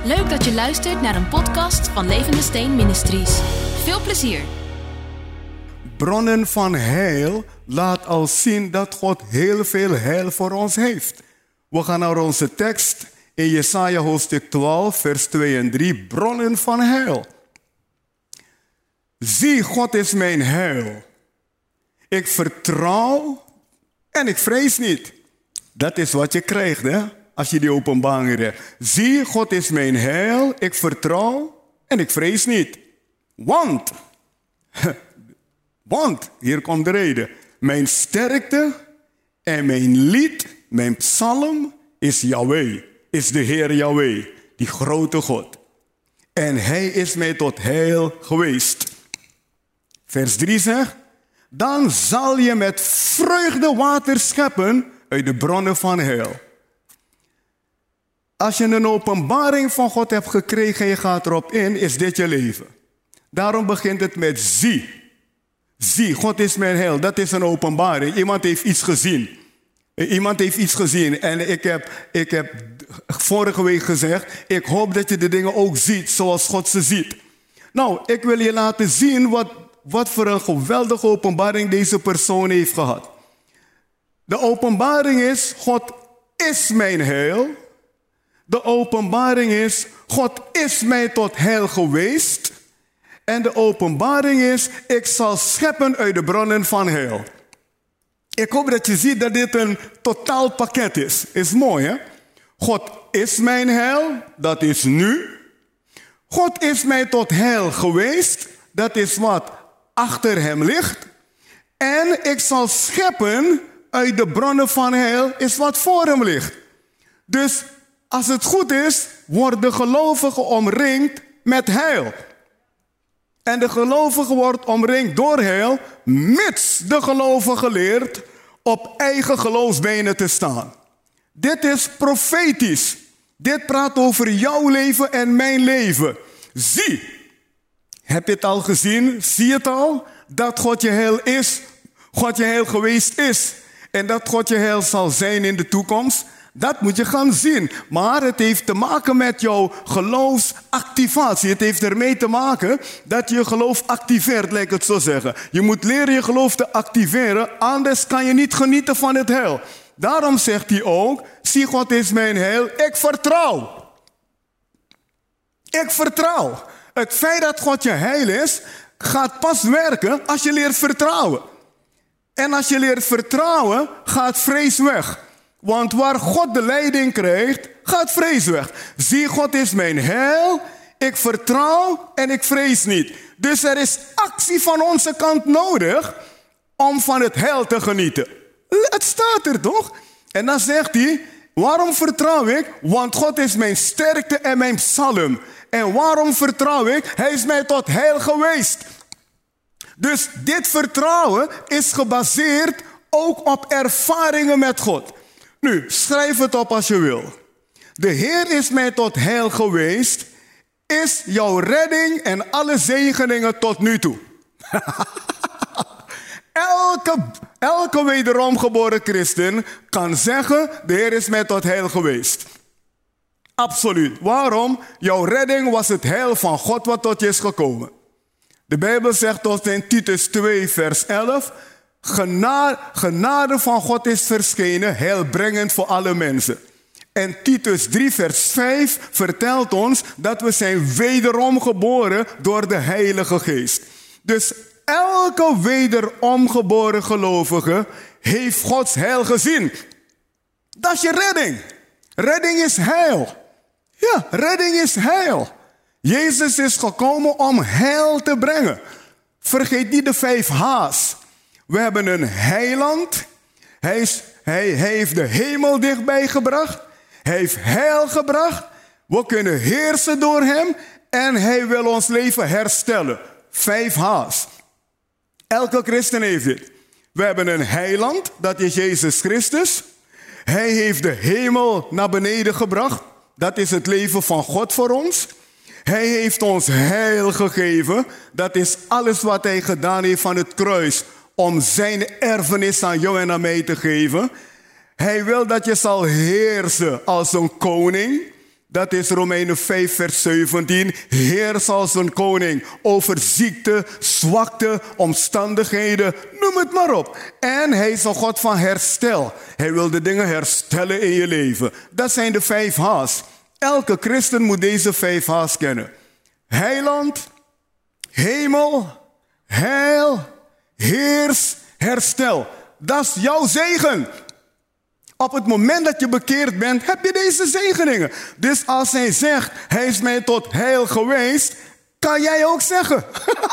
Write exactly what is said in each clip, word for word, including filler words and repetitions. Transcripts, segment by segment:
Leuk dat je luistert naar een podcast van Levende Steen Ministries. Veel plezier. Bronnen van heil laat al zien dat God heel veel heil voor ons heeft. We gaan naar onze tekst in Jesaja hoofdstuk twaalf, vers twee en drie. Bronnen van heil. Zie, God is mijn heil. Ik vertrouw en ik vrees niet. Dat is wat je krijgt, hè? Als je die openbaring hebt. Zie, God is mijn heil. Ik vertrouw en ik vrees niet. Want, want, hier komt de reden. Mijn sterkte en mijn lied, mijn psalm is Yahweh. Is de Heer Yahweh, die grote God. En hij is mij tot heil geweest. Vers drie zegt, dan zal je met vreugde water scheppen uit de bronnen van heil. Als je een openbaring van God hebt gekregen en je gaat erop in, is dit je leven. Daarom begint het met zie. Zie, God is mijn heil. Dat is een openbaring. Iemand heeft iets gezien. Iemand heeft iets gezien. En ik heb, ik heb vorige week gezegd, ik hoop dat je de dingen ook ziet zoals God ze ziet. Nou, ik wil je laten zien wat, wat voor een geweldige openbaring deze persoon heeft gehad. De openbaring is, God is mijn heil. De openbaring is, God is mij tot heil geweest. En de openbaring is, ik zal scheppen uit de bronnen van heil. Ik hoop dat je ziet dat dit een totaal pakket is. Is mooi, hè? God is mijn heil, dat is nu. God is mij tot heil geweest, dat is wat achter hem ligt. En ik zal scheppen uit de bronnen van heil, is wat voor hem ligt. Dus als het goed is, wordt de gelovige omringd met heil. En de gelovige wordt omringd door heil, mits de gelovige leert op eigen geloofsbenen te staan. Dit is profetisch. Dit praat over jouw leven en mijn leven. Zie, heb je het al gezien? Zie je het al? Dat God je heil is, God je heil geweest is. En dat God je heil zal zijn in de toekomst. Dat moet je gaan zien. Maar het heeft te maken met jouw geloofsactivatie. Het heeft ermee te maken dat je je geloof activeert, laat ik het zo zeggen. Je moet leren je geloof te activeren, anders kan je niet genieten van het heil. Daarom zegt hij ook, zie, God is mijn heil, ik vertrouw. Ik vertrouw. Het feit dat God je heil is, gaat pas werken als je leert vertrouwen. En als je leert vertrouwen, gaat vrees weg. Want waar God de leiding krijgt, gaat vrees weg. Zie, God is mijn heil, ik vertrouw en ik vrees niet. Dus er is actie van onze kant nodig om van het heil te genieten. Het staat er toch? En dan zegt hij, waarom vertrouw ik? Want God is mijn sterkte en mijn psalm. En waarom vertrouw ik? Hij is mij tot heil geweest. Dus dit vertrouwen is gebaseerd ook op ervaringen met God. Nu, schrijf het op als je wil. De Heer is mij tot heil geweest, is jouw redding en alle zegeningen tot nu toe. elke, elke wederom geboren christen kan zeggen, de Heer is mij tot heil geweest. Absoluut. Waarom? Jouw redding was het heil van God wat tot je is gekomen. De Bijbel zegt tot in Titus twee vers elf... Genade, genade van God is verschenen, heilbrengend voor alle mensen. En Titus drie vers vijf vertelt ons dat we zijn wederom geboren door de Heilige Geest. Dus elke wederom geboren gelovige heeft Gods heil gezien. Dat is je redding. Redding is heil. Ja, redding is heil. Jezus is gekomen om heil te brengen. Vergeet niet de vijf H's. We hebben een heiland. Hij, is, hij, hij heeft de hemel dichtbij gebracht. Hij heeft heil gebracht. We kunnen heersen door hem. En hij wil ons leven herstellen. Vijf H's. Elke christen heeft dit. We hebben een heiland, dat is Jezus Christus. Hij heeft de hemel naar beneden gebracht. Dat is het leven van God voor ons. Hij heeft ons heil gegeven. Dat is alles wat hij gedaan heeft van het kruis. Om zijn erfenis aan jou en aan mij te geven. Hij wil dat je zal heersen als een koning. Dat is Romeinen vijf, vers zeventien. Heers als een koning over ziekte, zwakte, omstandigheden, noem het maar op. En hij is een God van herstel. Hij wil de dingen herstellen in je leven. Dat zijn de vijf H's. Elke christen moet deze vijf H's kennen. Heiland, hemel, heil, heers, herstel. Dat is jouw zegen. Op het moment dat je bekeerd bent, heb je deze zegeningen. Dus als hij zegt, hij is mij tot heil geweest, kan jij ook zeggen.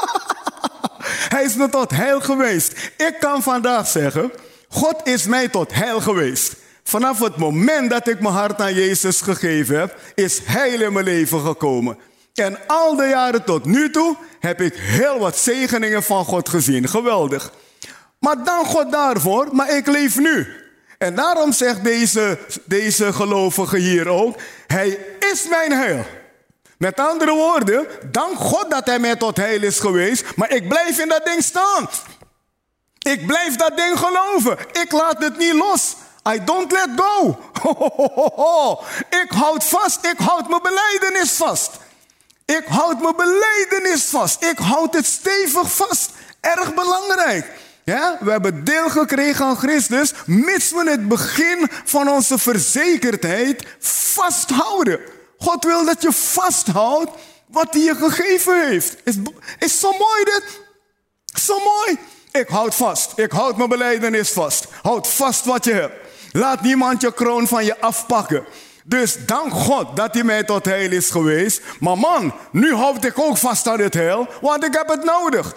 Hij is me tot heil geweest. Ik kan vandaag zeggen, God is mij tot heil geweest. Vanaf het moment dat ik mijn hart aan Jezus gegeven heb, is heil in mijn leven gekomen. En al de jaren tot nu toe heb ik heel wat zegeningen van God gezien. Geweldig. Maar dank God daarvoor, maar ik leef nu. En daarom zegt deze, deze gelovige hier ook, hij is mijn heil. Met andere woorden, dank God dat hij mij tot heil is geweest, maar ik blijf in dat ding staan. Ik blijf dat ding geloven. Ik laat het niet los. I don't let go. Ho, ho, ho, ho. Ik houd vast, ik houd mijn belijdenis vast. Ik houd mijn belijdenis vast. Ik houd het stevig vast. Erg belangrijk. Ja, we hebben deel gekregen aan Christus, mits we het begin van onze verzekerdheid vasthouden. God wil dat je vasthoudt wat hij je gegeven heeft. Is, is zo mooi dit? Zo mooi. Ik houd vast. Ik houd mijn belijdenis vast. Houd vast wat je hebt. Laat niemand je kroon van je afpakken. Dus dank God dat hij mij tot heil is geweest. Maar man, nu houd ik ook vast aan het heil, want ik heb het nodig.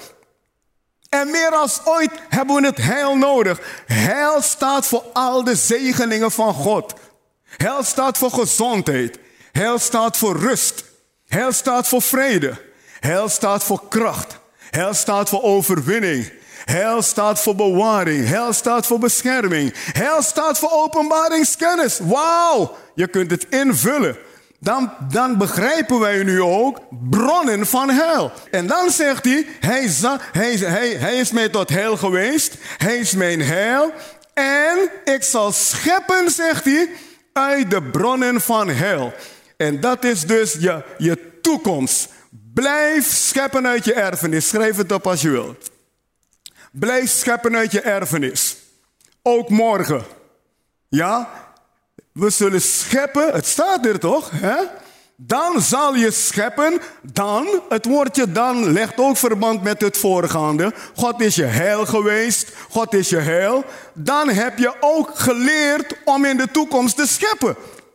En meer als ooit hebben we het heil nodig. Heil staat voor al de zegeningen van God. Heil staat voor gezondheid. Heil staat voor rust. Heil staat voor vrede. Heil staat voor kracht. Heil staat voor overwinning. Heil staat voor bewaring. Heil staat voor bescherming. Heil staat voor openbaringskennis. Wauw, je kunt het invullen. Dan, dan begrijpen wij nu ook bronnen van heil. En dan zegt hij, hij, hij, hij, hij is mij tot heil geweest. Hij is mijn heil. En ik zal scheppen, zegt hij, uit de bronnen van heil. En dat is dus je, je toekomst. Blijf scheppen uit je erfenis. Schrijf het op als je wilt. Blijf scheppen uit je erfenis. Ook morgen. Ja? We zullen scheppen, het staat er toch? Hè? Dan zal je scheppen, dan, het woordje dan legt ook verband met het voorgaande. God is je heil geweest, God is je heil. Dan heb je ook geleerd om in de toekomst te scheppen.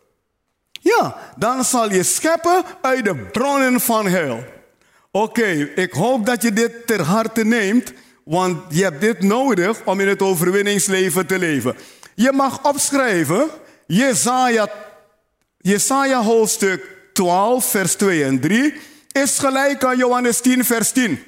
Ja, dan zal je scheppen uit de bronnen van heil. Oké, okay, ik hoop dat je dit ter harte neemt, want je hebt dit nodig om in het overwinningsleven te leven. Je mag opschrijven, Jesaja, Jesaja hoofdstuk twaalf, vers twee en drie, is gelijk aan Johannes tien, vers tien.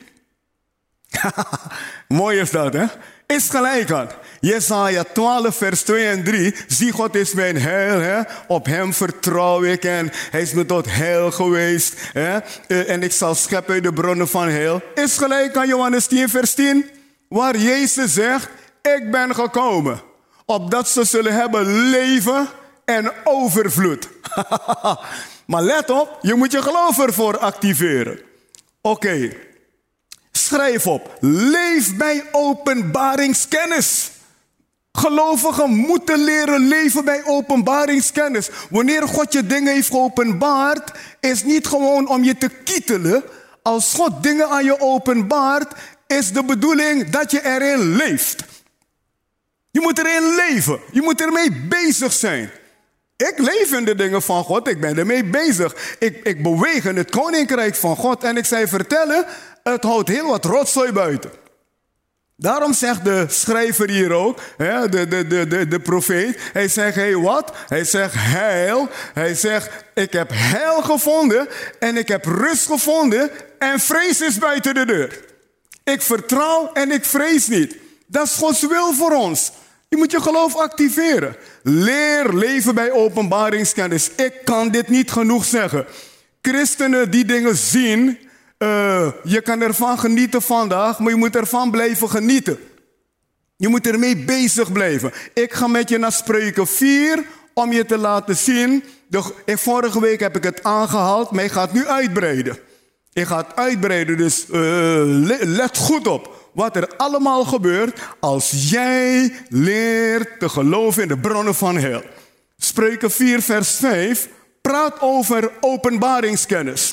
Mooi is dat, hè? Is gelijk aan. Jesaja twaalf, vers twee en drie. Zie, God is mijn heil, hè? Op hem vertrouw ik en hij is me tot heil geweest. Hè? Uh, en ik zal scheppen uit de bronnen van heil. Is gelijk aan Johannes tien, vers tien. Waar Jezus zegt, ik ben gekomen. Opdat ze zullen hebben leven en overvloed. Maar let op, je moet je geloof ervoor activeren. Oké. Okay. Schrijf op. Leef bij openbaringskennis. Gelovigen moeten leren leven bij openbaringskennis. Wanneer God je dingen heeft geopenbaard, is niet gewoon om je te kietelen. Als God dingen aan je openbaart, is de bedoeling dat je erin leeft. Je moet erin leven. Je moet ermee bezig zijn. Ik leef in de dingen van God. Ik ben ermee bezig. Ik, ik beweeg in het koninkrijk van God. En ik zei vertellen, het houdt heel wat rotzooi buiten. Daarom zegt de schrijver hier ook, hè, de, de, de, de, de profeet. Hij zegt, hé, hey, wat? Hij zegt heil. Hij zegt, ik heb heil gevonden en ik heb rust gevonden en vrees is buiten de deur. Ik vertrouw en ik vrees niet. Dat is Gods wil voor ons. Je moet je geloof activeren. Leer leven bij openbaringskennis. Ik kan dit niet genoeg zeggen. Christenen die dingen zien, uh, je kan ervan genieten vandaag, maar je moet ervan blijven genieten. Je moet ermee bezig blijven. Ik ga met je naar Spreuken vier om je te laten zien De, ik, vorige week heb ik het aangehaald, maar ik ga het nu uitbreiden. Ik ga het uitbreiden, dus uh, let goed op wat er allemaal gebeurt als jij leert te geloven in de bronnen van heil. Spreuken vier vers vijf praat over openbaringskennis.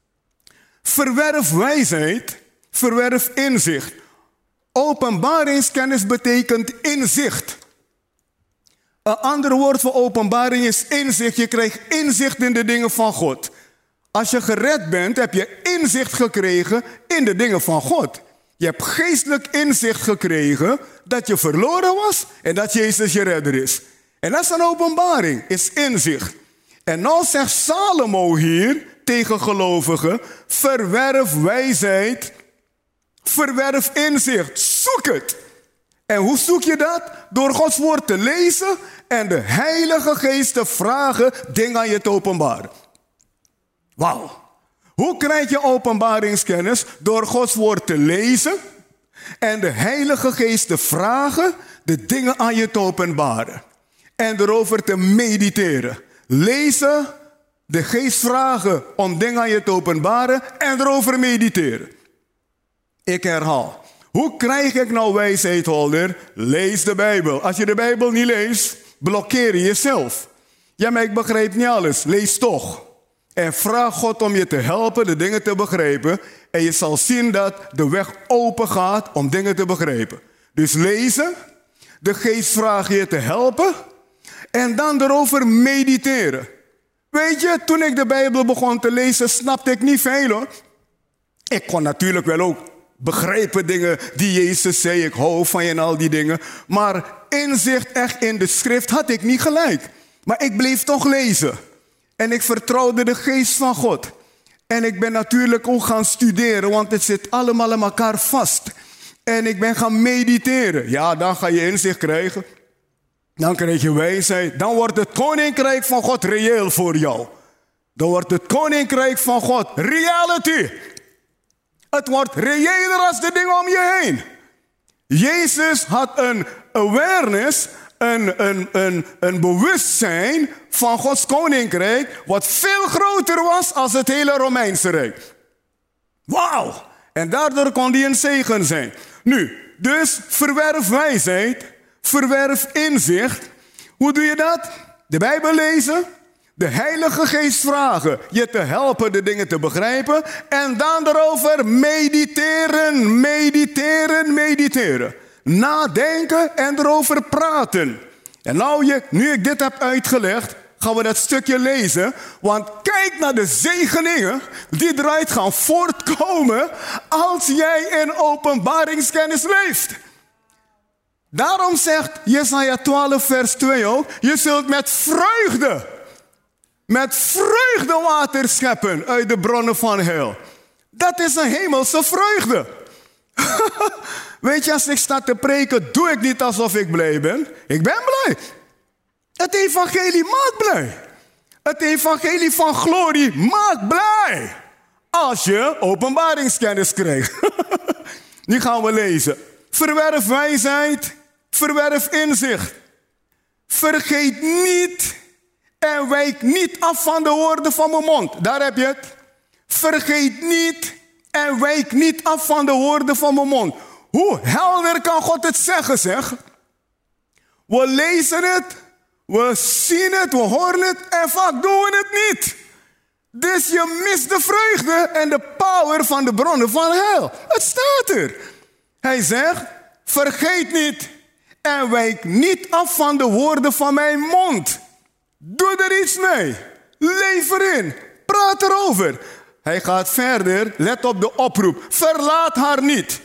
Verwerf wijsheid, verwerf inzicht. Openbaringskennis betekent inzicht. Een ander woord voor openbaring is inzicht. Je krijgt inzicht in de dingen van God. Als je gered bent, heb je inzicht gekregen in de dingen van God. Je hebt geestelijk inzicht gekregen dat je verloren was en dat Jezus je redder is. En dat is een openbaring, is inzicht. En nou zegt Salomo hier tegen gelovigen, verwerf wijsheid, verwerf inzicht, zoek het. En hoe zoek je dat? Door Gods woord te lezen en de Heilige Geest te vragen dingen aan je te openbaren. Wauw. Hoe krijg je openbaringskennis? Door Gods woord te lezen en de Heilige Geest te vragen de dingen aan je te openbaren. En erover te mediteren. Lezen, de Geest vragen om dingen aan je te openbaren en erover mediteren. Ik herhaal. Hoe krijg ik nou wijsheid, Holder? Lees de Bijbel. Als je de Bijbel niet leest, blokkeer je jezelf. Ja, maar ik begrijp niet alles. Lees toch. En vraag God om je te helpen de dingen te begrijpen. En je zal zien dat de weg open gaat om dingen te begrijpen. Dus lezen, de Geest vraagt je te helpen en dan erover mediteren. Weet je, toen ik de Bijbel begon te lezen, snapte ik niet veel hoor. Ik kon natuurlijk wel ook begrijpen dingen die Jezus zei. Ik hou van je en al die dingen. Maar inzicht echt in de schrift had ik niet gelijk. Maar ik bleef toch lezen. En ik vertrouwde de Geest van God. En ik ben natuurlijk ook gaan studeren, want het zit allemaal aan elkaar vast. En ik ben gaan mediteren. Ja, dan ga je inzicht krijgen. Dan krijg je wijsheid. Dan wordt het koninkrijk van God reëel voor jou. Dan wordt het koninkrijk van God reality. Het wordt reëler als de dingen om je heen. Jezus had een awareness, een, een, een, een bewustzijn van Gods koninkrijk, wat veel groter was als het hele Romeinse Rijk. Wauw! En daardoor kon die een zegen zijn. Nu, dus verwerf wijsheid, verwerf inzicht. Hoe doe je dat? De Bijbel lezen, de Heilige Geest vragen je te helpen de dingen te begrijpen en dan erover mediteren, mediteren, mediteren. Nadenken en erover praten. En nou, je, nu ik dit heb uitgelegd, gaan we dat stukje lezen. Want kijk naar de zegeningen die eruit gaan voortkomen als jij in openbaringskennis leeft. Daarom zegt Jesaja twaalf vers twee ook, je zult met vreugde, met vreugde water scheppen uit de bronnen van heil. Dat is een hemelse vreugde. Weet je, als ik sta te preken, doe ik niet alsof ik blij ben. Ik ben blij. Het evangelie maakt blij. Het evangelie van glorie maakt blij. Als je openbaringskennis krijgt. Nu gaan we lezen. Verwerf wijsheid, verwerf inzicht. Vergeet niet en wijk niet af van de woorden van mijn mond. Daar heb je het. Vergeet niet en wijk niet af van de woorden van mijn mond. Hoe helder kan God het zeggen, zeg? We lezen het, we zien het, we horen het en vaak doen we het niet. Dus je mist de vreugde en de power van de bronnen van heil. Het staat er. Hij zegt, vergeet niet en wijk niet af van de woorden van mijn mond. Doe er iets mee. Leef erin. Praat erover. Hij gaat verder. Let op de oproep. Verlaat haar niet.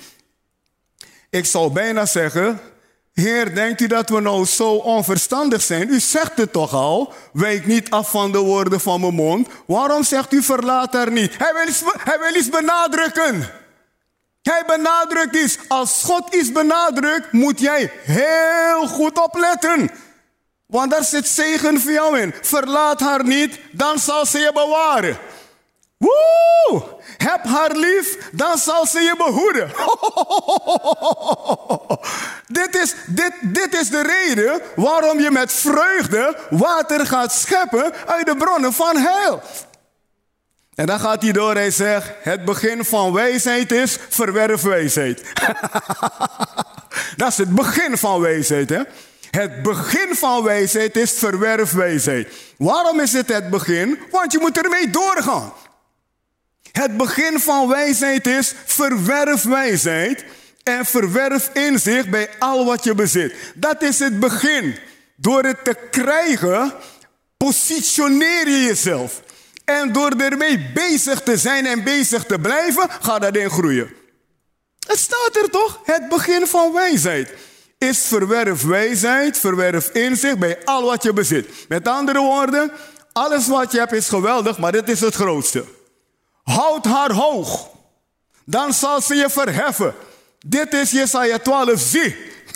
Ik zou bijna zeggen, Heer, denkt u dat we nou zo onverstandig zijn? U zegt het toch al, wijk niet af van de woorden van mijn mond. Waarom zegt u verlaat haar niet? Hij wil iets, hij wil iets benadrukken. Hij benadrukt iets. Als God iets benadrukt, moet jij heel goed opletten. Want daar zit zegen voor jou in. Verlaat haar niet, dan zal ze je bewaren. Woe! Heb haar lief, dan zal ze je behoeden. dit, is, dit, dit is de reden waarom je met vreugde water gaat scheppen uit de bronnen van heil. En dan gaat hij door, hij zegt, het begin van wijsheid is verwerf wijsheid. Dat is het begin van wijsheid, hè? Het begin van wijsheid is verwerf wijsheid. Waarom is het het begin? Want je moet ermee doorgaan. Het begin van wijsheid is verwerf wijsheid en verwerf inzicht bij al wat je bezit. Dat is het begin. Door het te krijgen, positioneer je jezelf. En door ermee bezig te zijn en bezig te blijven, gaat dat in groeien. Het staat er toch? Het begin van wijsheid is verwerf wijsheid, verwerf inzicht bij al wat je bezit. Met andere woorden, alles wat je hebt is geweldig, maar dit is het grootste. Houd haar hoog, dan zal ze je verheffen. Dit is Jesaja twaalf, zie.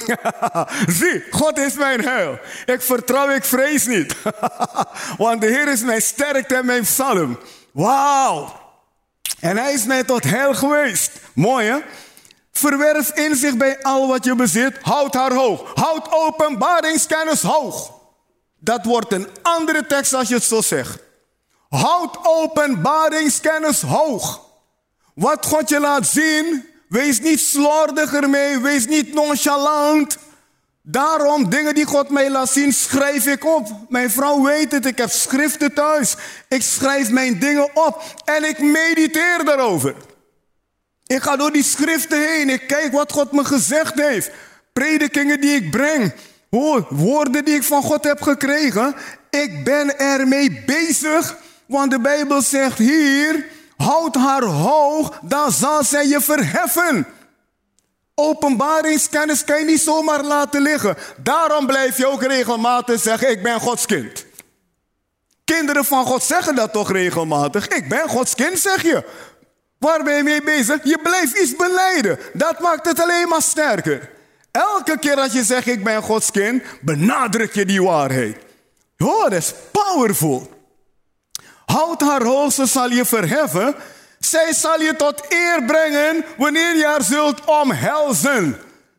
Zie, God is mijn heil. Ik vertrouw, ik vrees niet. Want de Heer is mijn sterkte en mijn psalm. Wauw. En hij is mij tot heil geweest. Mooi, hè? Verwerf inzicht bij al wat je bezit. Houd haar hoog. Houd openbaringskennis hoog. Dat wordt een andere tekst als je het zo zegt. Houd openbaringskennis hoog. Wat God je laat zien, wees niet slordig ermee, wees niet nonchalant. Daarom, dingen die God mij laat zien, schrijf ik op. Mijn vrouw weet het, ik heb schriften thuis. Ik schrijf mijn dingen op en ik mediteer daarover. Ik ga door die schriften heen, ik kijk wat God me gezegd heeft. Predikingen die ik breng, woorden die ik van God heb gekregen. Ik ben ermee bezig, want de Bijbel zegt hier, houd haar hoog, dan zal zij je verheffen. Openbaringskennis kan je niet zomaar laten liggen. Daarom blijf je ook regelmatig zeggen, ik ben Gods kind. Kinderen van God zeggen dat toch regelmatig. Ik ben Gods kind, zeg je. Waar ben je mee bezig? Je blijft iets belijden. Dat maakt het alleen maar sterker. Elke keer als je zegt, ik ben Gods kind, benadruk je die waarheid. Oh, dat is powerful. Houd haar hoog, ze zal je verheffen. Zij zal je tot eer brengen wanneer je haar zult omhelzen.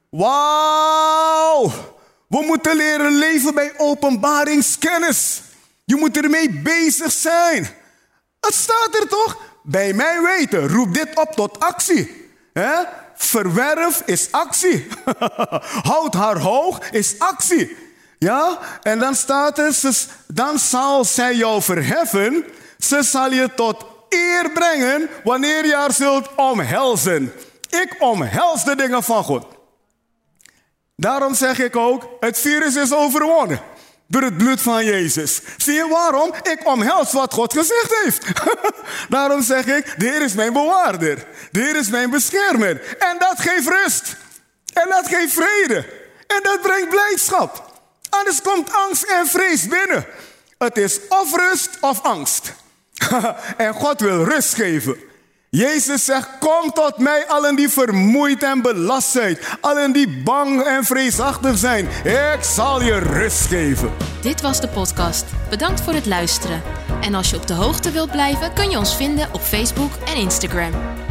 Wauw! We moeten leren leven bij openbaringskennis. Je moet ermee bezig zijn. Het staat er toch? Bij mij weten, roep dit op tot actie. He? Verwerf is actie. Houd haar hoog is actie. Ja? En dan staat er, dan zal zij jou verheffen. Ze zal je tot eer brengen wanneer je haar zult omhelzen. Ik omhels de dingen van God. Daarom zeg ik ook, het virus is overwonnen. Door het bloed van Jezus. Zie je waarom? Ik omhels wat God gezegd heeft. Daarom zeg ik, de Heer is mijn bewaarder. De Heer is mijn beschermer. En dat geeft rust. En dat geeft vrede. En dat brengt blijdschap. Anders komt angst en vrees binnen. Het is of rust of angst. En God wil rust geven. Jezus zegt, kom tot mij allen die vermoeid en belast zijn. Allen die bang en vreesachtig zijn. Ik zal je rust geven. Dit was de podcast. Bedankt voor het luisteren. En als je op de hoogte wilt blijven, kun je ons vinden op Facebook en Instagram.